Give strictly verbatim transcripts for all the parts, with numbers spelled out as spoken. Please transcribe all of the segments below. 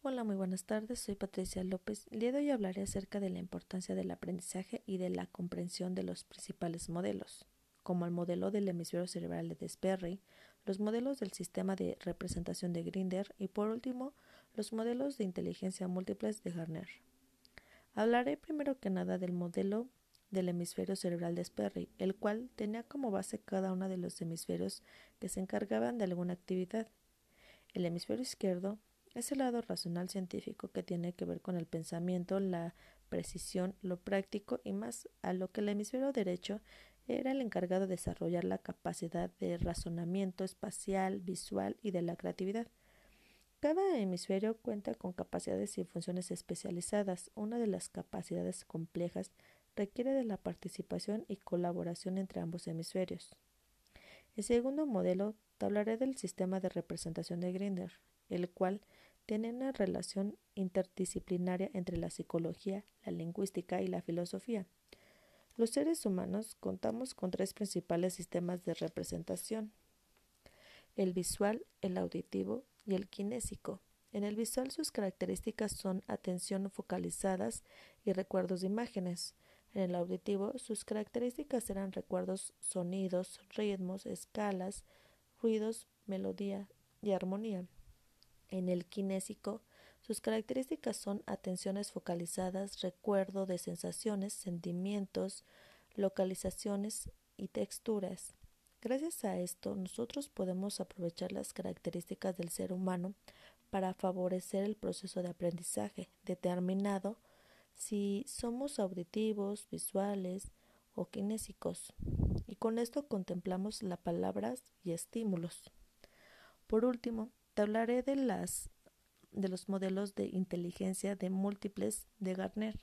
Hola, muy buenas tardes. Soy Patricia López. El día de hoy hablaré acerca de la importancia del aprendizaje y de la comprensión de los principales modelos, como el modelo del hemisferio cerebral de Sperry, los modelos del sistema de representación de Grinder y, por último, los modelos de inteligencia múltiples de Garner. Hablaré primero que nada del modelo del hemisferio cerebral de Sperry, el cual tenía como base cada uno de los hemisferios que se encargaban de alguna actividad. El hemisferio izquierdo es el lado racional científico que tiene que ver con el pensamiento, la precisión, lo práctico y más, a lo que el hemisferio derecho era el encargado de desarrollar la capacidad de razonamiento espacial, visual y de la creatividad. Cada hemisferio cuenta con capacidades y funciones especializadas. Una de las capacidades complejas requiere de la participación y colaboración entre ambos hemisferios. El segundo modelo te hablaré del sistema de representación de Grinder, el cual tiene una relación interdisciplinaria entre la psicología, la lingüística y la filosofía. Los seres humanos contamos con tres principales sistemas de representación: el visual, el auditivo y el kinésico. En el visual sus características son atención focalizadas y recuerdos de imágenes. En el auditivo sus características eran recuerdos, sonidos, ritmos, escalas, ruidos, melodía y armonía. En el kinésico, sus características son atenciones focalizadas, recuerdo de sensaciones, sentimientos, localizaciones y texturas. Gracias a esto, nosotros podemos aprovechar las características del ser humano para favorecer el proceso de aprendizaje, determinado si somos auditivos, visuales o kinésicos. Y con esto contemplamos las palabras y estímulos. Por último, te hablaré de, las, de los modelos de inteligencia de múltiples de Garner,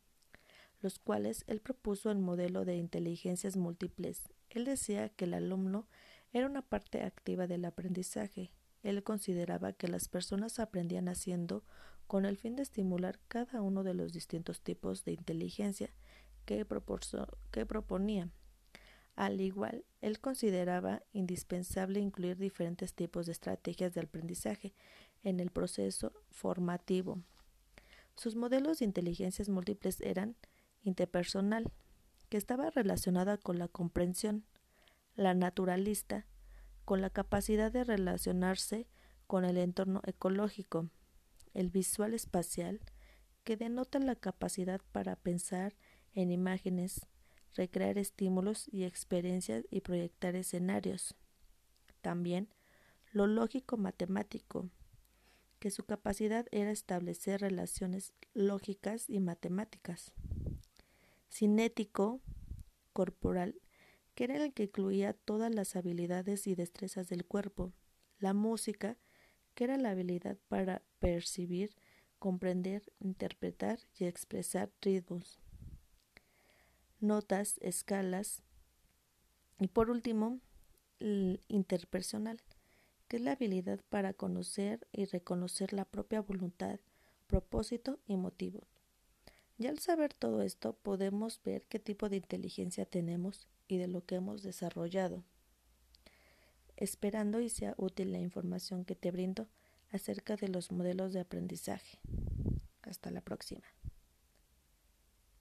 los cuales él propuso el modelo de inteligencias múltiples. Él decía que el alumno era una parte activa del aprendizaje. Él consideraba que las personas aprendían haciendo con el fin de estimular cada uno de los distintos tipos de inteligencia que, que proponía. Al igual, él consideraba indispensable incluir diferentes tipos de estrategias de aprendizaje en el proceso formativo. Sus modelos de inteligencias múltiples eran interpersonal, que estaba relacionada con la comprensión; la naturalista, con la capacidad de relacionarse con el entorno ecológico; el visual espacial, que denota la capacidad para pensar en imágenes, recrear estímulos y experiencias y proyectar escenarios. También lo lógico matemático, que su capacidad era establecer relaciones lógicas y matemáticas. Cinético corporal, que era el que incluía todas las habilidades y destrezas del cuerpo. La música, que era la habilidad para percibir, comprender, interpretar y expresar ritmos, notas, escalas. Y por último, el interpersonal, que es la habilidad para conocer y reconocer la propia voluntad, propósito y motivo. Ya al saber todo esto, podemos ver qué tipo de inteligencia tenemos y de lo que hemos desarrollado. Esperando y sea útil la información que te brindo acerca de los modelos de aprendizaje. Hasta la próxima.